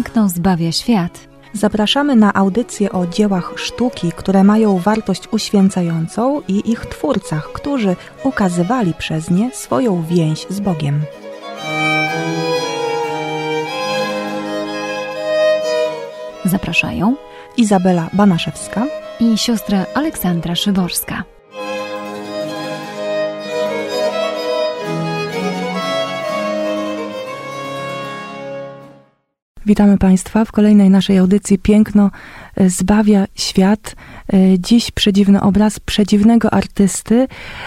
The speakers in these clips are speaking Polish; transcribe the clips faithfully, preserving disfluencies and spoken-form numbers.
Piękno zbawia świat. Zapraszamy na audycje o dziełach sztuki, które mają wartość uświęcającą i ich twórcach, którzy ukazywali przez nie swoją więź z Bogiem. Zapraszają Izabela Banaszewska i siostra Aleksandra Szyborska. Witamy Państwa w kolejnej naszej audycji Piękno zbawia świat. Dziś przedziwny obraz przedziwnego artysty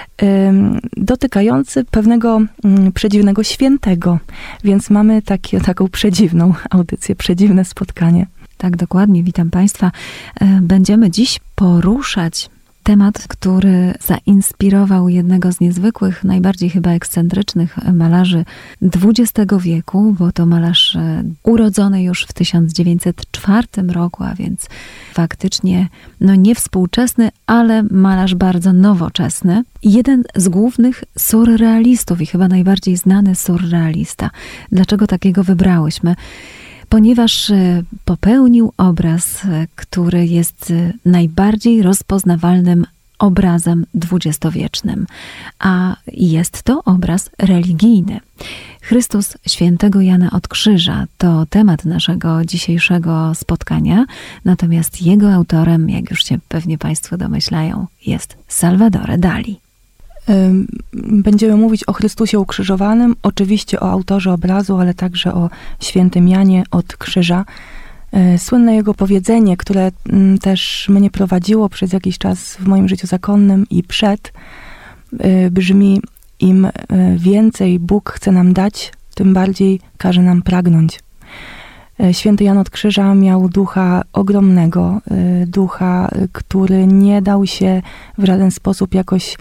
dotykający pewnego przedziwnego świętego. Więc mamy takie, taką przedziwną audycję, przedziwne spotkanie. Tak, dokładnie. Witam Państwa. Będziemy dziś poruszać temat, który zainspirował jednego z niezwykłych, najbardziej chyba ekscentrycznych malarzy dwudziestego wieku, bo to malarz urodzony już w tysiąc dziewięćset czwartym roku, a więc faktycznie no nie współczesny, ale malarz bardzo nowoczesny. Jeden z głównych surrealistów i chyba najbardziej znany surrealista. Dlaczego takiego wybrałyśmy? Ponieważ popełnił obraz, który jest najbardziej rozpoznawalnym obrazem dwudziestowiecznym, a jest to obraz religijny. Chrystus świętego Jana od Krzyża to temat naszego dzisiejszego spotkania, natomiast jego autorem, jak już się pewnie Państwo domyślają, jest Salvadore Dali. Będziemy mówić o Chrystusie ukrzyżowanym, oczywiście o autorze obrazu, ale także o świętym Janie od Krzyża. Słynne jego powiedzenie, które też mnie prowadziło przez jakiś czas w moim życiu zakonnym i przed, brzmi: im więcej Bóg chce nam dać, tym bardziej każe nam pragnąć. Święty Jan od Krzyża miał ducha ogromnego, ducha, który nie dał się w żaden sposób jakoś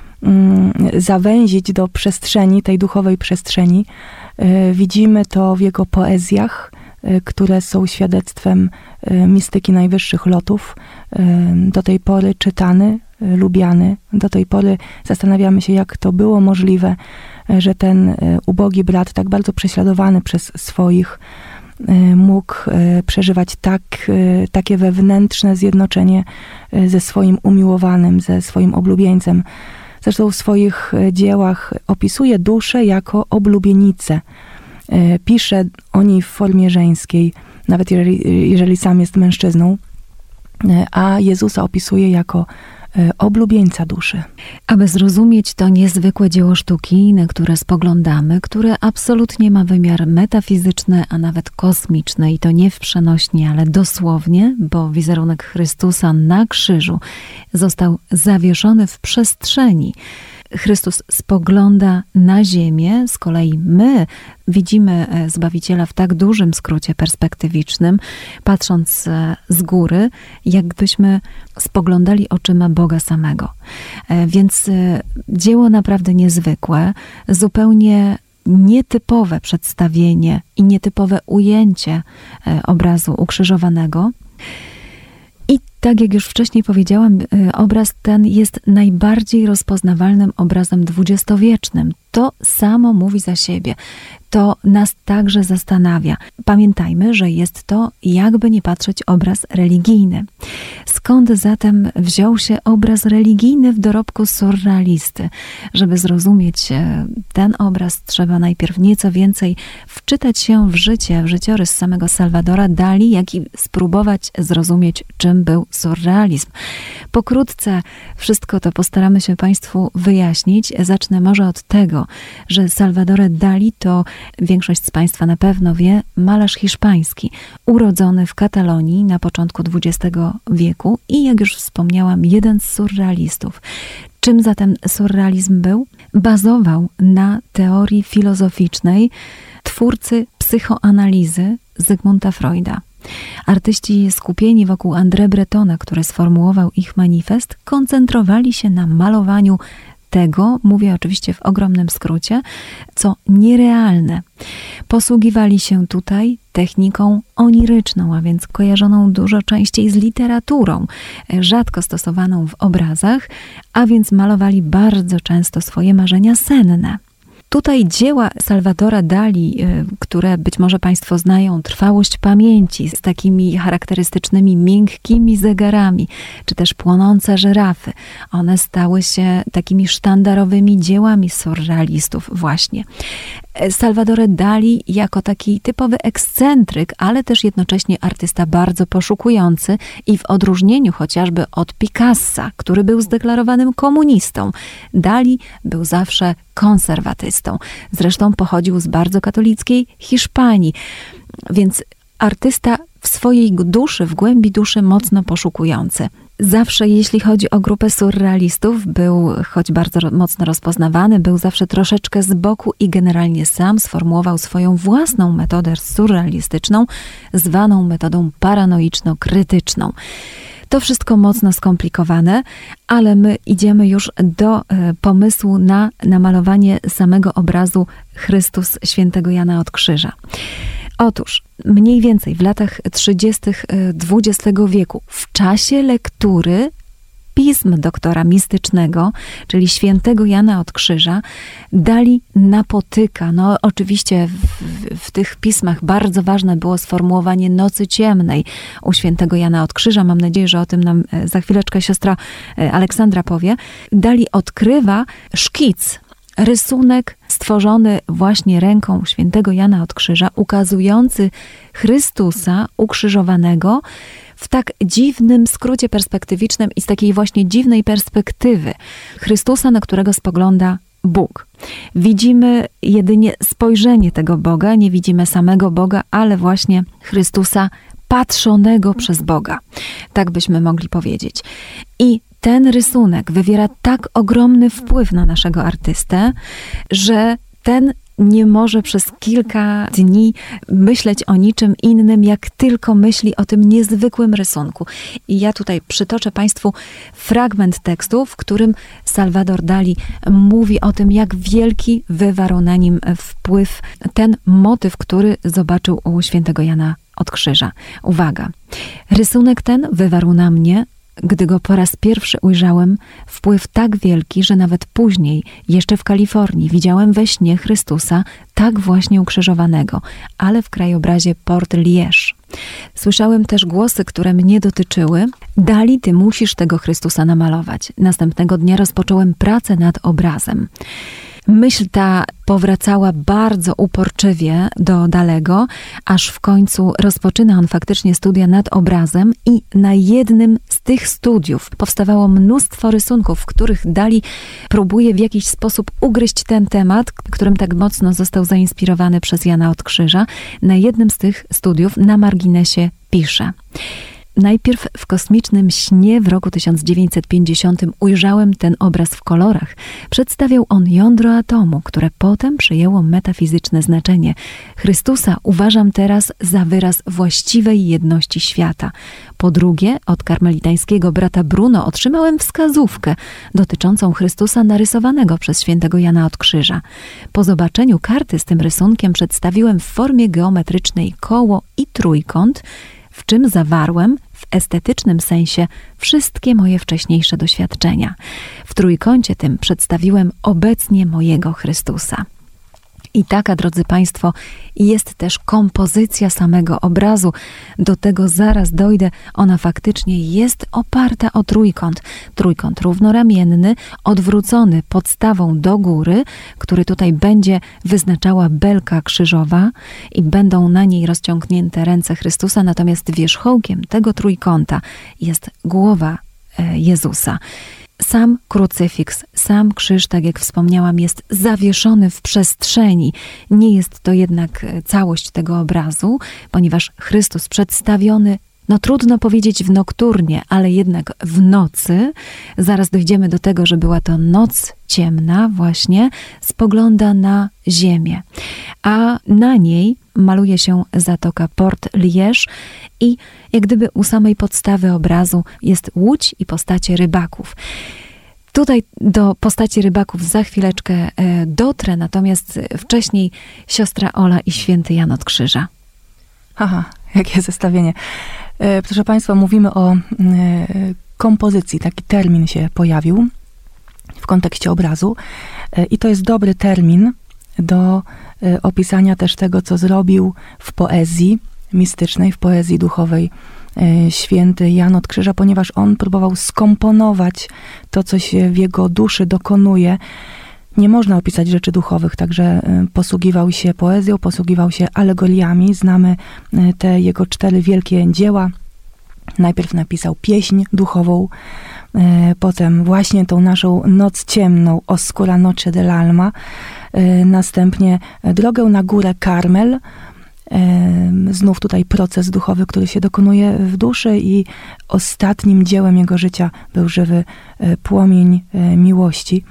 zawęzić do przestrzeni, tej duchowej przestrzeni. Widzimy to w jego poezjach, które są świadectwem mistyki najwyższych lotów. Do tej pory czytany, lubiany. Do tej pory zastanawiamy się, jak to było możliwe, że ten ubogi brat, tak bardzo prześladowany przez swoich, mógł przeżywać tak, takie wewnętrzne zjednoczenie ze swoim umiłowanym, ze swoim oblubieńcem. Zresztą w swoich dziełach opisuje duszę jako oblubienicę. Pisze o niej w formie żeńskiej, nawet jeżeli, jeżeli sam jest mężczyzną, a Jezusa opisuje jako oblubieńca duszy. Aby zrozumieć to niezwykłe dzieło sztuki, na które spoglądamy, które absolutnie ma wymiar metafizyczny, a nawet kosmiczny, i to nie w przenośni, ale dosłownie, bo wizerunek Chrystusa na krzyżu został zawieszony w przestrzeni. Chrystus spogląda na ziemię, z kolei my widzimy Zbawiciela w tak dużym skrócie perspektywicznym, patrząc z góry, jakbyśmy spoglądali oczyma Boga samego. Więc dzieło naprawdę niezwykłe, zupełnie nietypowe przedstawienie i nietypowe ujęcie obrazu ukrzyżowanego. I tak jak już wcześniej powiedziałam, obraz ten jest najbardziej rozpoznawalnym obrazem dwudziestowiecznym. To samo mówi za siebie. To nas także zastanawia. Pamiętajmy, że jest to, jakby nie patrzeć, obraz religijny. Skąd zatem wziął się obraz religijny w dorobku surrealisty? Żeby zrozumieć ten obraz, trzeba najpierw nieco więcej wczytać się w życie, w życiorys samego Salvadora Dali, jak i spróbować zrozumieć, czym był surrealizm. Pokrótce wszystko to postaramy się Państwu wyjaśnić. Zacznę może od tego, że Salvadore Dali to, większość z Państwa na pewno wie, malarz hiszpański, urodzony w Katalonii na początku dwudziestego wieku i, jak już wspomniałam, jeden z surrealistów. Czym zatem surrealizm był? Bazował na teorii filozoficznej twórcy psychoanalizy Zygmunta Freuda. Artyści skupieni wokół André Bretona, który sformułował ich manifest, koncentrowali się na malowaniu tego, mówię oczywiście w ogromnym skrócie, co nierealne. Posługiwali się tutaj techniką oniryczną, a więc kojarzoną dużo częściej z literaturą, rzadko stosowaną w obrazach, a więc malowali bardzo często swoje marzenia senne. Tutaj dzieła Salvadora Dali, które być może Państwo znają, Trwałość pamięci, z takimi charakterystycznymi miękkimi zegarami, czy też Płonące żyrafy. One stały się takimi sztandarowymi dziełami surrealistów właśnie. Salvador Dali jako taki typowy ekscentryk, ale też jednocześnie artysta bardzo poszukujący i w odróżnieniu chociażby od Picassa, który był zdeklarowanym komunistą, Dali był zawsze konserwatystą. Zresztą pochodził z bardzo katolickiej Hiszpanii, więc artysta w swojej duszy, w głębi duszy mocno poszukujący. Zawsze, jeśli chodzi o grupę surrealistów, był, choć bardzo mocno rozpoznawany, był zawsze troszeczkę z boku i generalnie sam sformułował swoją własną metodę surrealistyczną, zwaną metodą paranoiczno-krytyczną. To wszystko mocno skomplikowane, ale my idziemy już do y, pomysłu na namalowanie samego obrazu Chrystus świętego Jana od Krzyża. Otóż mniej więcej w latach trzydziestych dwudziestego wieku, w czasie lektury pism doktora mistycznego, czyli świętego Jana od Krzyża, Dali napotyka, no oczywiście w, w, w tych pismach bardzo ważne było sformułowanie nocy ciemnej u świętego Jana od Krzyża. Mam nadzieję, że o tym nam za chwileczkę siostra Aleksandra powie. Dali odkrywa szkic, rysunek stworzony właśnie ręką świętego Jana od Krzyża, ukazujący Chrystusa ukrzyżowanego w tak dziwnym skrócie perspektywicznym i z takiej właśnie dziwnej perspektywy. Chrystusa, na którego spogląda Bóg. Widzimy jedynie spojrzenie tego Boga, nie widzimy samego Boga, ale właśnie Chrystusa patrzonego przez Boga. Tak byśmy mogli powiedzieć. I ten rysunek wywiera tak ogromny wpływ na naszego artystę, że ten nie może przez kilka dni myśleć o niczym innym, jak tylko myśli o tym niezwykłym rysunku. I ja tutaj przytoczę Państwu fragment tekstu, w którym Salvador Dali mówi o tym, jak wielki wywarł na nim wpływ ten motyw, który zobaczył u świętego Jana od Krzyża. Uwaga! Rysunek ten wywarł na mnie, gdy go po raz pierwszy ujrzałem, wpływ tak wielki, że nawet później, jeszcze w Kalifornii, widziałem we śnie Chrystusa tak właśnie ukrzyżowanego, ale w krajobrazie Port Liège. Słyszałem też głosy, które mnie dotyczyły. Dali, ty musisz tego Chrystusa namalować. Następnego dnia rozpocząłem pracę nad obrazem. Myśl ta powracała bardzo uporczywie do Dalego, aż w końcu rozpoczyna on faktycznie studia nad obrazem i na jednym z tych studiów powstawało mnóstwo rysunków, w których Dali próbuje w jakiś sposób ugryźć ten temat, którym tak mocno został zainspirowany przez Jana od Krzyża. Na jednym z tych studiów na marginesie pisze: najpierw w kosmicznym śnie w roku tysiąc dziewięćset pięćdziesiątym ujrzałem ten obraz w kolorach. Przedstawiał on jądro atomu, które potem przyjęło metafizyczne znaczenie. Chrystusa uważam teraz za wyraz właściwej jedności świata. Po drugie, od karmelitańskiego brata Bruno otrzymałem wskazówkę dotyczącą Chrystusa narysowanego przez świętego Jana od Krzyża. Po zobaczeniu karty z tym rysunkiem przedstawiłem w formie geometrycznej koło i trójkąt, w czym zawarłem w estetycznym sensie wszystkie moje wcześniejsze doświadczenia. W trójkącie tym przedstawiłem obecnie mojego Chrystusa. I taka, drodzy Państwo, jest też kompozycja samego obrazu. Do tego zaraz dojdę. Ona faktycznie jest oparta o trójkąt. Trójkąt równoramienny, odwrócony podstawą do góry, który tutaj będzie wyznaczała belka krzyżowa i będą na niej rozciągnięte ręce Chrystusa, natomiast wierzchołkiem tego trójkąta jest głowa Jezusa. Sam krucyfiks, sam krzyż, tak jak wspomniałam, jest zawieszony w przestrzeni. Nie jest to jednak całość tego obrazu, ponieważ Chrystus przedstawiony, no trudno powiedzieć w nokturnie, ale jednak w nocy, zaraz dojdziemy do tego, że była to noc ciemna właśnie, spogląda na ziemię. A na niej maluje się zatoka Port Liège i jak gdyby u samej podstawy obrazu jest łódź i postacie rybaków. Tutaj do postaci rybaków za chwileczkę dotrę, natomiast wcześniej siostra Ola i święty Jan od Krzyża. Aha, jakie zestawienie. Proszę Państwa, mówimy o kompozycji. Taki termin się pojawił w kontekście obrazu i to jest dobry termin, do opisania też tego, co zrobił w poezji mistycznej, w poezji duchowej święty Jan od Krzyża, ponieważ on próbował skomponować to, co się w jego duszy dokonuje. Nie można opisać rzeczy duchowych, także posługiwał się poezją, posługiwał się alegoriami. Znamy te jego cztery wielkie dzieła. Najpierw napisał pieśń duchową, potem właśnie tą naszą Noc ciemną, Oscura noche dell'alma, następnie Drogę na górę Karmel, znów tutaj proces duchowy, który się dokonuje w duszy, i ostatnim dziełem jego życia był żywy płomień miłości.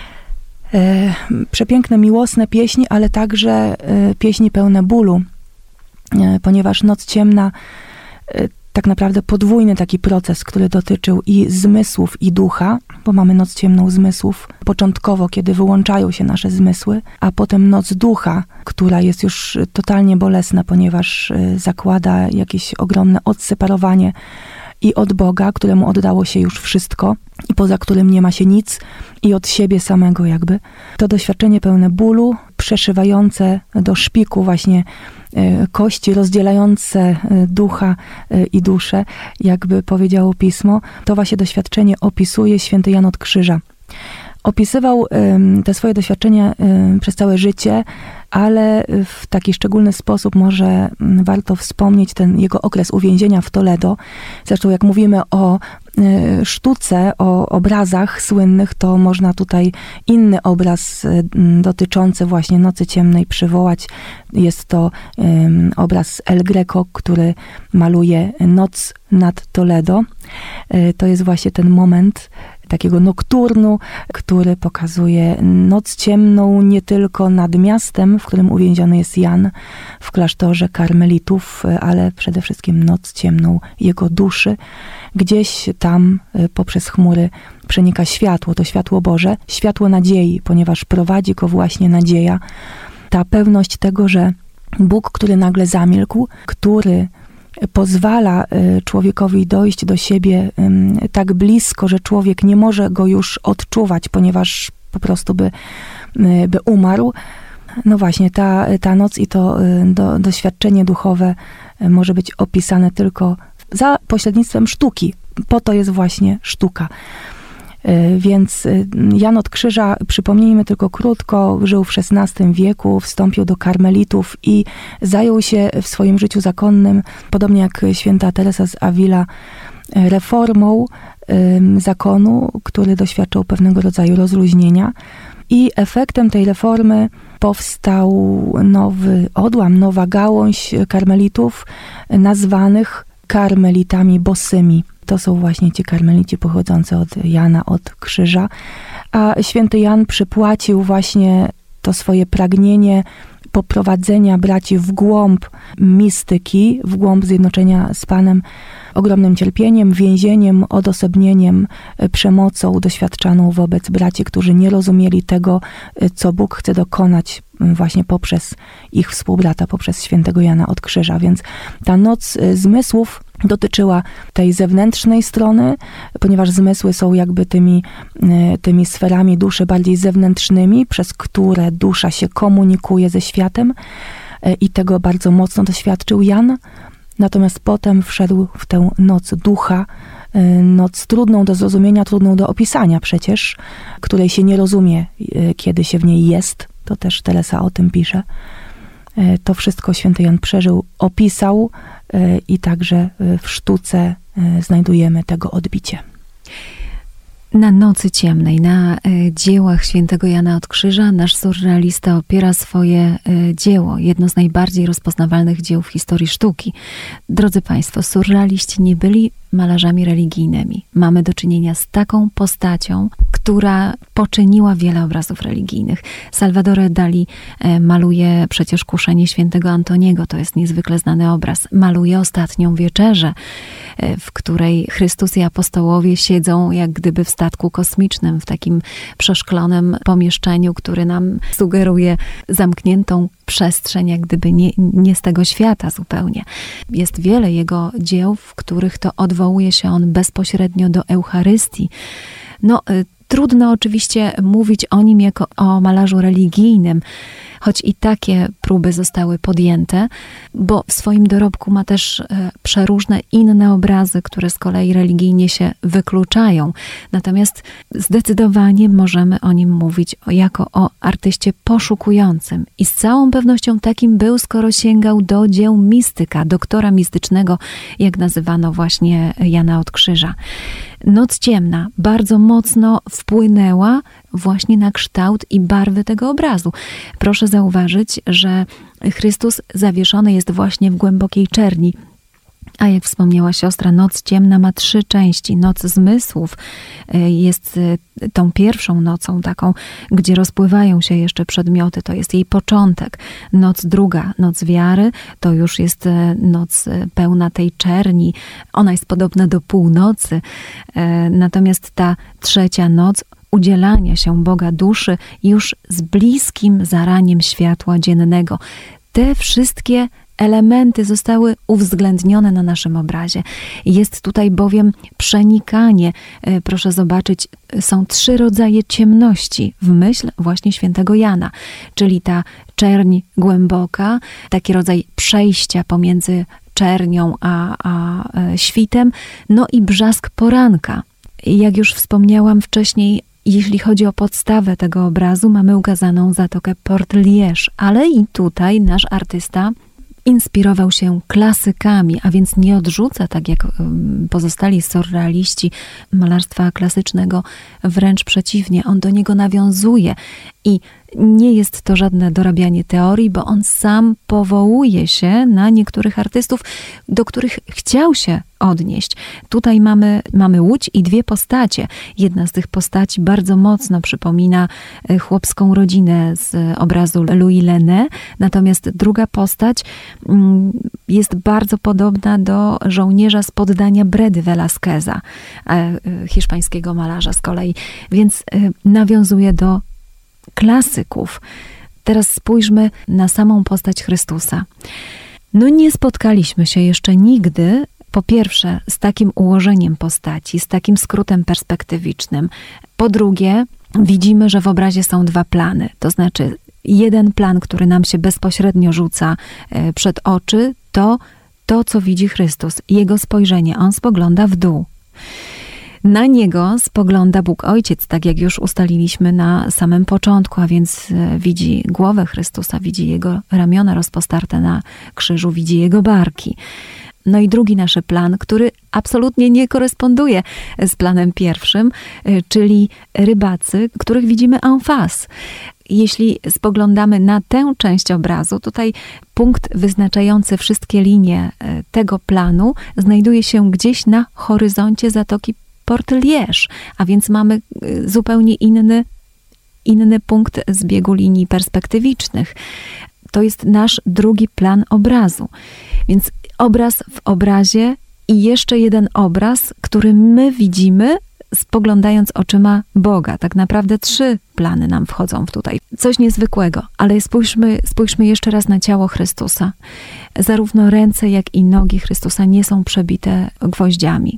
Przepiękne, miłosne pieśni, ale także pieśni pełne bólu, ponieważ Noc ciemna tak naprawdę podwójny taki proces, który dotyczył i zmysłów, i ducha, bo mamy noc ciemną zmysłów, początkowo, kiedy wyłączają się nasze zmysły, a potem noc ducha, która jest już totalnie bolesna, ponieważ zakłada jakieś ogromne odseparowanie i od Boga, któremu oddało się już wszystko i poza którym nie ma się nic, i od siebie samego jakby. To doświadczenie pełne bólu, przeszywające do szpiku właśnie kości, rozdzielające ducha i duszę, jakby powiedziało Pismo. To właśnie doświadczenie opisuje święty Jan od Krzyża. Opisywał te swoje doświadczenia przez całe życie, ale w taki szczególny sposób może warto wspomnieć ten jego okres uwięzienia w Toledo. Zresztą jak mówimy o sztuce, o obrazach słynnych, to można tutaj inny obraz dotyczący właśnie Nocy Ciemnej przywołać. Jest to obraz El Greco, który maluje Noc nad Toledo. To jest właśnie ten moment takiego nokturnu, który pokazuje noc ciemną nie tylko nad miastem, w którym uwięziony jest Jan w klasztorze karmelitów, ale przede wszystkim noc ciemną jego duszy. Gdzieś tam poprzez chmury przenika światło, to światło Boże, światło nadziei, ponieważ prowadzi go właśnie nadzieja. Ta pewność tego, że Bóg, który nagle zamilkł, który pozwala człowiekowi dojść do siebie tak blisko, że człowiek nie może go już odczuwać, ponieważ po prostu by, by umarł. No właśnie, ta, ta noc i to do, doświadczenie duchowe może być opisane tylko za pośrednictwem sztuki. Po to jest właśnie sztuka. Więc Jan od Krzyża, przypomnijmy tylko krótko, żył w szesnastym wieku, wstąpił do karmelitów i zajął się w swoim życiu zakonnym, podobnie jak święta Teresa z Avila, reformą zakonu, który doświadczał pewnego rodzaju rozluźnienia. I efektem tej reformy powstał nowy odłam, nowa gałąź karmelitów, nazwanych karmelitami bosymi. To są właśnie ci karmelici pochodzący od Jana od Krzyża. A święty Jan przypłacił właśnie to swoje pragnienie poprowadzenia braci w głąb mistyki, w głąb zjednoczenia z Panem, ogromnym cierpieniem, więzieniem, odosobnieniem, przemocą doświadczaną wobec braci, którzy nie rozumieli tego, co Bóg chce dokonać właśnie poprzez ich współbrata, poprzez świętego Jana od Krzyża. Więc ta noc zmysłów dotyczyła tej zewnętrznej strony, ponieważ zmysły są jakby tymi, tymi sferami duszy bardziej zewnętrznymi, przez które dusza się komunikuje ze światem, i tego bardzo mocno doświadczył Jan. Natomiast potem wszedł w tę noc ducha, noc trudną do zrozumienia, trudną do opisania przecież, której się nie rozumie, kiedy się w niej jest. To też Teresa o tym pisze. To wszystko święty Jan przeżył, opisał, i także w sztuce znajdujemy tego odbicie. Na Nocy Ciemnej, na dziełach świętego Jana od Krzyża nasz surrealista opiera swoje dzieło, jedno z najbardziej rozpoznawalnych dzieł w historii sztuki. Drodzy Państwo, surrealiści nie byli malarzami religijnymi. Mamy do czynienia z taką postacią, która poczyniła wiele obrazów religijnych. Salvador Dali maluje przecież Kuszenie świętego Antoniego, to jest niezwykle znany obraz. Maluje Ostatnią Wieczerzę, w której Chrystus i apostołowie siedzą jak gdyby w statku kosmicznym, w takim przeszklonym pomieszczeniu, który nam sugeruje zamkniętą przestrzeń, jak gdyby nie, nie z tego świata zupełnie. Jest wiele jego dzieł, w których to odwołuje się on bezpośrednio do Eucharystii. No, trudno oczywiście mówić o nim jako o malarzu religijnym, choć i takie próby zostały podjęte, bo w swoim dorobku ma też przeróżne inne obrazy, które z kolei religijnie się wykluczają. Natomiast zdecydowanie możemy o nim mówić jako o artyście poszukującym i z całą pewnością takim był, skoro sięgał do dzieł mistyka, doktora mistycznego, jak nazywano właśnie Jana od Krzyża. Noc ciemna bardzo mocno wpłynęła właśnie na kształt i barwy tego obrazu. Proszę zauważyć, że Chrystus zawieszony jest właśnie w głębokiej czerni. A jak wspomniała siostra, Noc ciemna ma trzy części. Noc zmysłów jest tą pierwszą nocą taką, gdzie rozpływają się jeszcze przedmioty. To jest jej początek. Noc druga, Noc wiary, to już jest noc pełna tej czerni. Ona jest podobna do północy. Natomiast ta trzecia noc udzielania się Boga duszy już z bliskim zaraniem światła dziennego. Te wszystkie elementy zostały uwzględnione na naszym obrazie. Jest tutaj bowiem przenikanie. Proszę zobaczyć, są trzy rodzaje ciemności w myśl właśnie świętego Jana, czyli ta czerń głęboka, taki rodzaj przejścia pomiędzy czernią a, a świtem, no i brzask poranka. Jak już wspomniałam wcześniej, jeśli chodzi o podstawę tego obrazu, mamy ukazaną Zatokę Port Liège, ale i tutaj nasz artysta inspirował się klasykami, a więc nie odrzuca, tak jak pozostali surrealiści, malarstwa klasycznego, wręcz przeciwnie, on do niego nawiązuje i nie jest to żadne dorabianie teorii, bo on sam powołuje się na niektórych artystów, do których chciał się odnieść. Tutaj mamy, mamy łódź i dwie postacie. Jedna z tych postaci bardzo mocno przypomina chłopską rodzinę z obrazu Louis Lené, natomiast druga postać jest bardzo podobna do żołnierza z poddania Bredy Velázqueza, hiszpańskiego malarza z kolei, więc nawiązuje do klasyków. Teraz spójrzmy na samą postać Chrystusa. No nie spotkaliśmy się jeszcze nigdy, po pierwsze, z takim ułożeniem postaci, z takim skrótem perspektywicznym. Po drugie, widzimy, że w obrazie są dwa plany. To znaczy, jeden plan, który nam się bezpośrednio rzuca przed oczy, to to, co widzi Chrystus. Jego spojrzenie. On spogląda w dół. Na niego spogląda Bóg Ojciec, tak jak już ustaliliśmy na samym początku, a więc widzi głowę Chrystusa, widzi Jego ramiona rozpostarte na krzyżu, widzi Jego barki. No i drugi nasz plan, który absolutnie nie koresponduje z planem pierwszym, czyli rybacy, których widzimy en face. Jeśli spoglądamy na tę część obrazu, tutaj punkt wyznaczający wszystkie linie tego planu znajduje się gdzieś na horyzoncie Zatoki Port Liège, a więc mamy zupełnie inny, inny punkt zbiegu linii perspektywicznych. To jest nasz drugi plan obrazu. Więc obraz w obrazie i jeszcze jeden obraz, który my widzimy, spoglądając oczyma Boga. Tak naprawdę trzy plany nam wchodzą tutaj. Coś niezwykłego, ale spójrzmy, spójrzmy jeszcze raz na ciało Chrystusa. Zarówno ręce, jak i nogi Chrystusa nie są przebite gwoździami.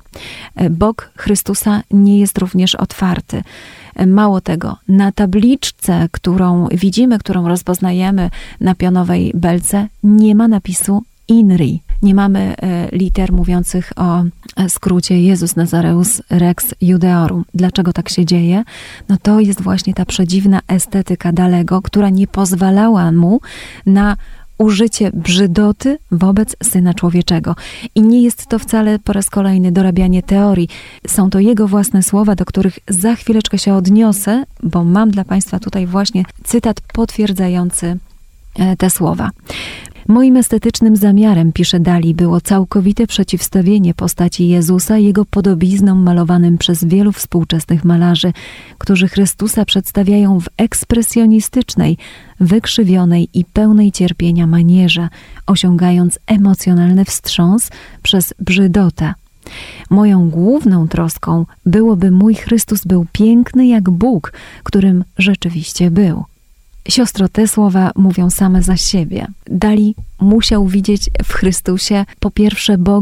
Bok Chrystusa nie jest również otwarty. Mało tego, na tabliczce, którą widzimy, którą rozpoznajemy na pionowej belce, nie ma napisu INRI. Nie mamy liter mówiących o skrócie Jezus Nazareus Rex Judeorum. Dlaczego tak się dzieje? No to jest właśnie ta przedziwna estetyka Dalego, która nie pozwalała mu na użycie brzydoty wobec Syna Człowieczego. I nie jest to wcale po raz kolejny dorabianie teorii. Są to jego własne słowa, do których za chwileczkę się odniosę, bo mam dla Państwa tutaj właśnie cytat potwierdzający te słowa. Moim estetycznym zamiarem, pisze Dali, było całkowite przeciwstawienie postaci Jezusa jego podobiznom malowanym przez wielu współczesnych malarzy, którzy Chrystusa przedstawiają w ekspresjonistycznej, wykrzywionej i pełnej cierpienia manierze, osiągając emocjonalny wstrząs przez brzydotę. Moją główną troską było, by mój Chrystus był piękny jak Bóg, którym rzeczywiście był. Siostro, te słowa mówią same za siebie. Dali musiał widzieć w Chrystusie po pierwsze Boga,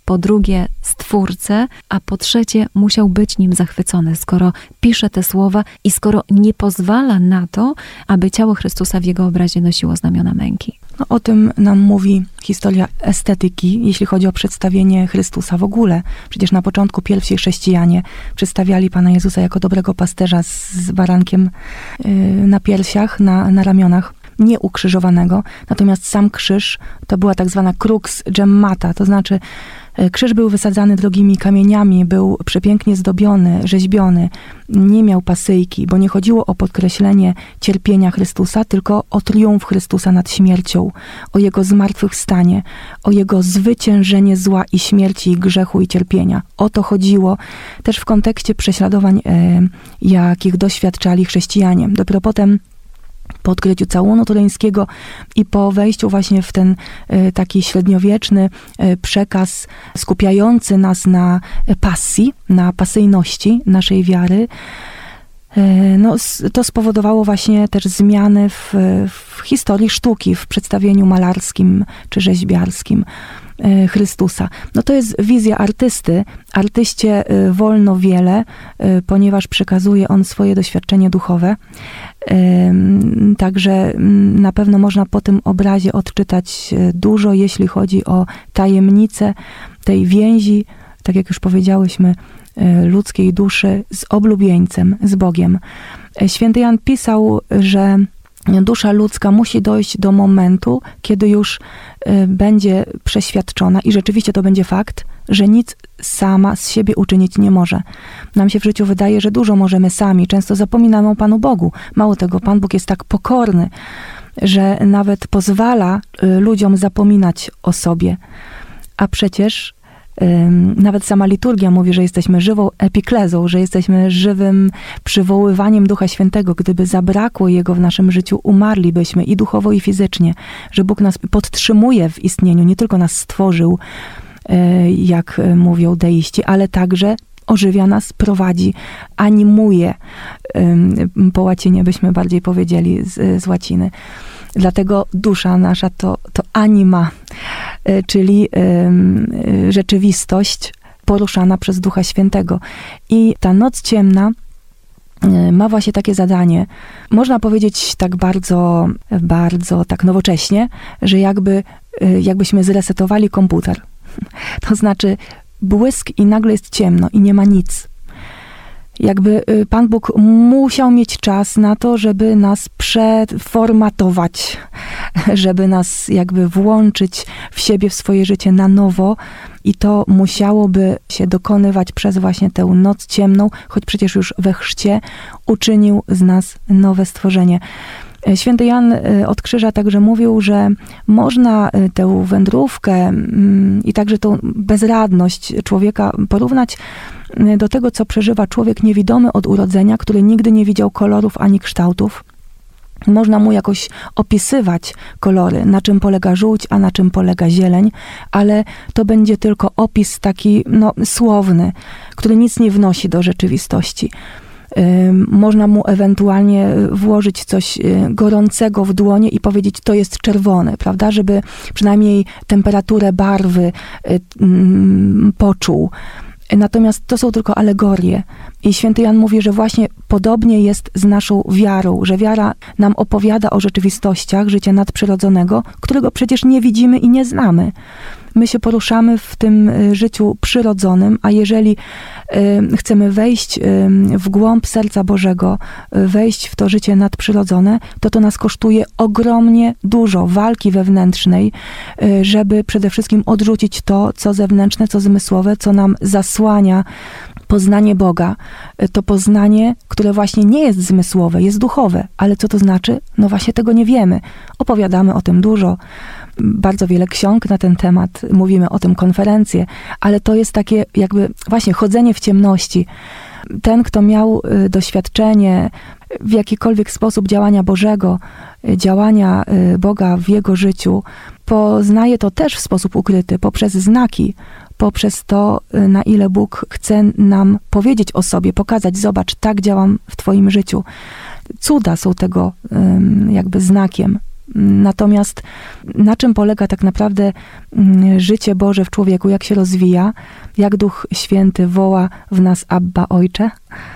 po drugie Stwórcę, a po trzecie musiał być nim zachwycony, skoro pisze te słowa i skoro nie pozwala na to, aby ciało Chrystusa w jego obrazie nosiło znamiona męki. No, o tym nam mówi historia estetyki, jeśli chodzi o przedstawienie Chrystusa w ogóle. Przecież na początku pierwsi chrześcijanie przedstawiali Pana Jezusa jako dobrego pasterza z barankiem yy, na piersiach, na, na ramionach, nie ukrzyżowanego. Natomiast sam krzyż to była tak zwana crux gemmata, to znaczy krzyż był wysadzany drogimi kamieniami, był przepięknie zdobiony, rzeźbiony, nie miał pasyjki, bo nie chodziło o podkreślenie cierpienia Chrystusa, tylko o triumf Chrystusa nad śmiercią, o Jego zmartwychwstanie, o Jego zwyciężenie zła i śmierci, i grzechu, i cierpienia. O to chodziło też w kontekście prześladowań, e, jakich doświadczali chrześcijanie. Dopiero potem, po odkryciu całunu turyńskiego i po wejściu właśnie w ten y, taki średniowieczny y, przekaz skupiający nas na pasji, na pasyjności naszej wiary, y, no, to spowodowało właśnie też zmiany w, w historii sztuki, w przedstawieniu malarskim czy rzeźbiarskim Chrystusa. No to jest wizja artysty. Artyście wolno wiele, ponieważ przekazuje on swoje doświadczenie duchowe. Także na pewno można po tym obrazie odczytać dużo, jeśli chodzi o tajemnicę tej więzi, tak jak już powiedziałyśmy, ludzkiej duszy z oblubieńcem, z Bogiem. Święty Jan pisał, że dusza ludzka musi dojść do momentu, kiedy już y, będzie przeświadczona i rzeczywiście to będzie fakt, że nic sama z siebie uczynić nie może. Nam się w życiu wydaje, że dużo możemy sami. Często zapominamy o Panu Bogu. Mało tego, Pan Bóg jest tak pokorny, że nawet pozwala y, ludziom zapominać o sobie. A przecież nawet sama liturgia mówi, że jesteśmy żywą epiklezą, że jesteśmy żywym przywoływaniem Ducha Świętego. Gdyby zabrakło Jego w naszym życiu, umarlibyśmy i duchowo, i fizycznie. Że Bóg nas podtrzymuje w istnieniu, nie tylko nas stworzył, jak mówią deiści, ale także ożywia nas, prowadzi, animuje. Po łacinie byśmy bardziej powiedzieli z, z łaciny. Dlatego dusza nasza to, to anima, czyli y, rzeczywistość poruszana przez Ducha Świętego. I ta noc ciemna y, ma właśnie takie zadanie, można powiedzieć tak bardzo, bardzo tak nowocześnie, że jakby, y, jakbyśmy zresetowali komputer. To znaczy błysk i nagle jest ciemno i nie ma nic. Jakby Pan Bóg musiał mieć czas na to, żeby nas przeformatować, żeby nas jakby włączyć w siebie, w swoje życie na nowo i to musiałoby się dokonywać przez właśnie tę noc ciemną, choć przecież już we chrzcie uczynił z nas nowe stworzenie. Święty Jan od Krzyża także mówił, że można tę wędrówkę i także tą bezradność człowieka porównać do tego, co przeżywa człowiek niewidomy od urodzenia, który nigdy nie widział kolorów ani kształtów. Można mu jakoś opisywać kolory, na czym polega żółć, a na czym polega zieleń, ale to będzie tylko opis taki no, słowny, który nic nie wnosi do rzeczywistości. Można mu ewentualnie włożyć coś gorącego w dłonie i powiedzieć, to jest czerwone, prawda, żeby przynajmniej temperaturę barwy poczuł. Natomiast to są tylko alegorie. I święty Jan mówi, że właśnie podobnie jest z naszą wiarą, że wiara nam opowiada o rzeczywistościach życia nadprzyrodzonego, którego przecież nie widzimy i nie znamy. My się poruszamy w tym życiu przyrodzonym, a jeżeli y, chcemy wejść y, w głąb serca Bożego, y, wejść w to życie nadprzyrodzone, to to nas kosztuje ogromnie dużo walki wewnętrznej, y, żeby przede wszystkim odrzucić to, co zewnętrzne, co zmysłowe, co nam zasłania poznanie Boga. Y, to poznanie, które właśnie nie jest zmysłowe, jest duchowe. Ale co to znaczy? No właśnie tego nie wiemy. Opowiadamy o tym dużo. Bardzo wiele ksiąg na ten temat, mówimy o tym konferencje, ale to jest takie jakby właśnie chodzenie w ciemności. Ten, kto miał doświadczenie w jakikolwiek sposób działania Bożego, działania Boga w jego życiu, poznaje to też w sposób ukryty, poprzez znaki, poprzez to, na ile Bóg chce nam powiedzieć o sobie, pokazać, zobacz, tak działam w twoim życiu. Cuda są tego jakby znakiem. Natomiast na czym polega tak naprawdę życie Boże w człowieku, jak się rozwija, jak Duch Święty woła w nas Abba, Ojcze?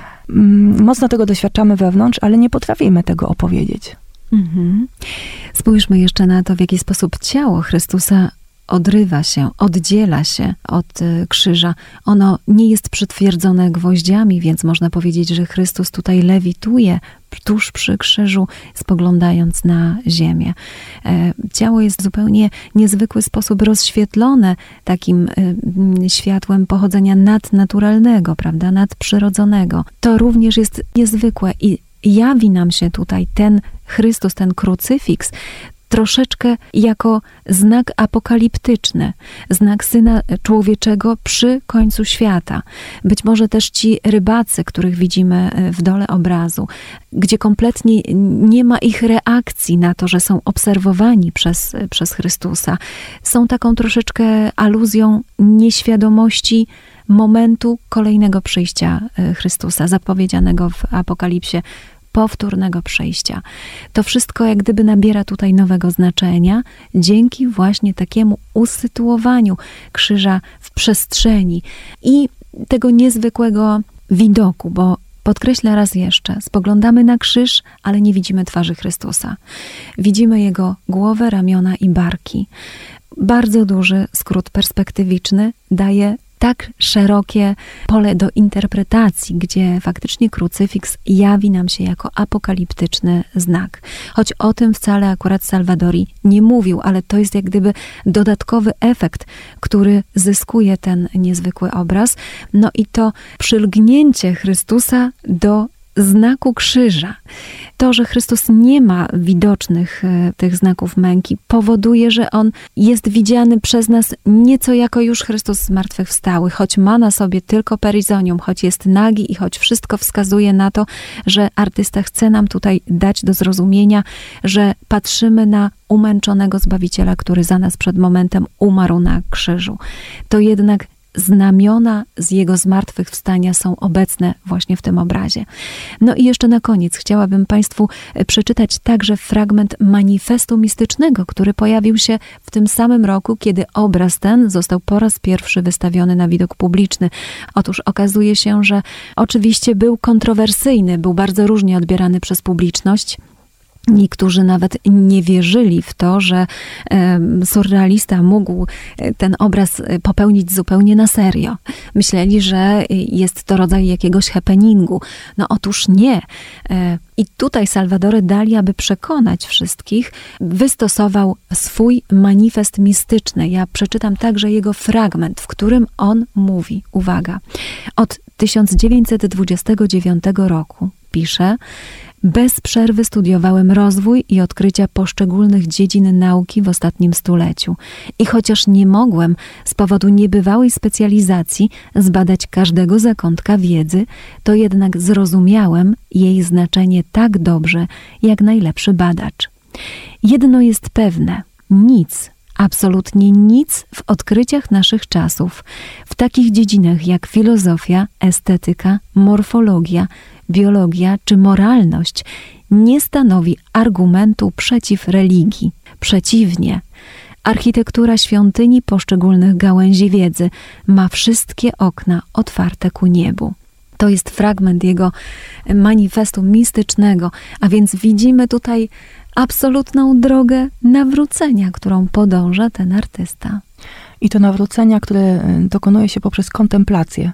Mocno tego doświadczamy wewnątrz, ale nie potrafimy tego opowiedzieć. Mhm. Spójrzmy jeszcze na to, w jaki sposób ciało Chrystusa odrywa się, oddziela się od y, krzyża. Ono nie jest przytwierdzone gwoździami, więc można powiedzieć, że Chrystus tutaj lewituje tuż przy krzyżu, spoglądając na ziemię. E, ciało jest w zupełnie niezwykły sposób rozświetlone takim y, światłem pochodzenia nadnaturalnego, prawda, nadprzyrodzonego. To również jest niezwykłe i jawi nam się tutaj ten Chrystus, ten krucyfiks, troszeczkę jako znak apokaliptyczny, znak Syna Człowieczego przy końcu świata. Być może też ci rybacy, których widzimy w dole obrazu, gdzie kompletnie nie ma ich reakcji na to, że są obserwowani przez, przez Chrystusa, są taką troszeczkę aluzją nieświadomości momentu kolejnego przyjścia Chrystusa, zapowiedzianego w Apokalipsie, powtórnego przejścia. To wszystko jak gdyby nabiera tutaj nowego znaczenia dzięki właśnie takiemu usytuowaniu krzyża w przestrzeni i tego niezwykłego widoku, bo podkreślę raz jeszcze, spoglądamy na krzyż, ale nie widzimy twarzy Chrystusa. Widzimy Jego głowę, ramiona i barki. Bardzo duży skrót perspektywiczny daje tak szerokie pole do interpretacji, gdzie faktycznie krucyfiks jawi nam się jako apokaliptyczny znak. Choć o tym wcale akurat Salvadori nie mówił, ale to jest jak gdyby dodatkowy efekt, który zyskuje ten niezwykły obraz. No i to przylgnięcie Chrystusa do znaku krzyża. To, że Chrystus nie ma widocznych e, tych znaków męki, powoduje, że On jest widziany przez nas nieco jako już Chrystus zmartwychwstały, choć ma na sobie tylko perizonium, choć jest nagi i choć wszystko wskazuje na to, że artysta chce nam tutaj dać do zrozumienia, że patrzymy na umęczonego Zbawiciela, który za nas przed momentem umarł na krzyżu. To jednak znamiona z Jego zmartwychwstania są obecne właśnie w tym obrazie. No i jeszcze na koniec chciałabym Państwu przeczytać także fragment manifestu mistycznego, który pojawił się w tym samym roku, kiedy obraz ten został po raz pierwszy wystawiony na widok publiczny. Otóż okazuje się, że oczywiście był kontrowersyjny, był bardzo różnie odbierany przez publiczność. Niektórzy nawet nie wierzyli w to, że e, surrealista mógł ten obraz popełnić zupełnie na serio. Myśleli, że jest to rodzaj jakiegoś happeningu. No otóż nie. E, I tutaj Salvador Dali, aby przekonać wszystkich, wystosował swój manifest mistyczny. Ja przeczytam także jego fragment, w którym on mówi, uwaga, od tysiąc dziewięćset dwudziestego dziewiątego roku pisze: bez przerwy studiowałem rozwój i odkrycia poszczególnych dziedzin nauki w ostatnim stuleciu. I chociaż nie mogłem z powodu niebywałej specjalizacji zbadać każdego zakątka wiedzy, to jednak zrozumiałem jej znaczenie tak dobrze, jak najlepszy badacz. Jedno jest pewne, nic, absolutnie nic w odkryciach naszych czasów, w takich dziedzinach jak filozofia, estetyka, morfologia, biologia czy moralność nie stanowi argumentu przeciw religii. Przeciwnie, architektura świątyni poszczególnych gałęzi wiedzy ma wszystkie okna otwarte ku niebu. To jest fragment jego manifestu mistycznego, a więc widzimy tutaj absolutną drogę nawrócenia, którą podąża ten artysta. I to nawrócenia, które dokonuje się poprzez kontemplację.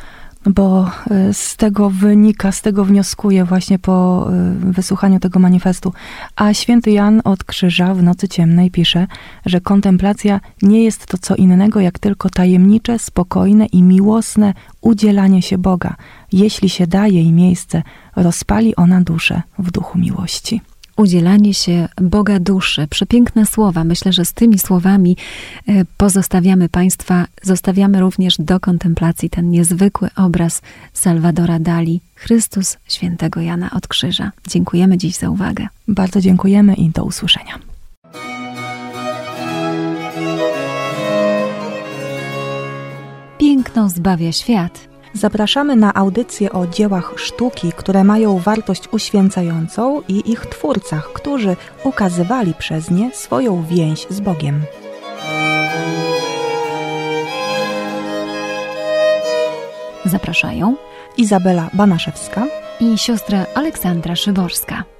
Bo z tego wynika, z tego wnioskuje właśnie po wysłuchaniu tego manifestu. A święty Jan od Krzyża w Nocy Ciemnej pisze, że kontemplacja nie jest to co innego, jak tylko tajemnicze, spokojne i miłosne udzielanie się Boga. Jeśli się da jej miejsce, rozpali ona duszę w duchu miłości. Udzielanie się Boga duszy. Przepiękne słowa. Myślę, że z tymi słowami pozostawiamy Państwa, zostawiamy również do kontemplacji ten niezwykły obraz Salvadora Dali, Chrystus świętego Jana od Krzyża. Dziękujemy dziś za uwagę. Bardzo dziękujemy i do usłyszenia. Piękno zbawia świat. Zapraszamy na audycje o dziełach sztuki, które mają wartość uświęcającą i ich twórcach, którzy ukazywali przez nie swoją więź z Bogiem. Zapraszają Izabela Banaszewska i siostra Aleksandra Szyborska.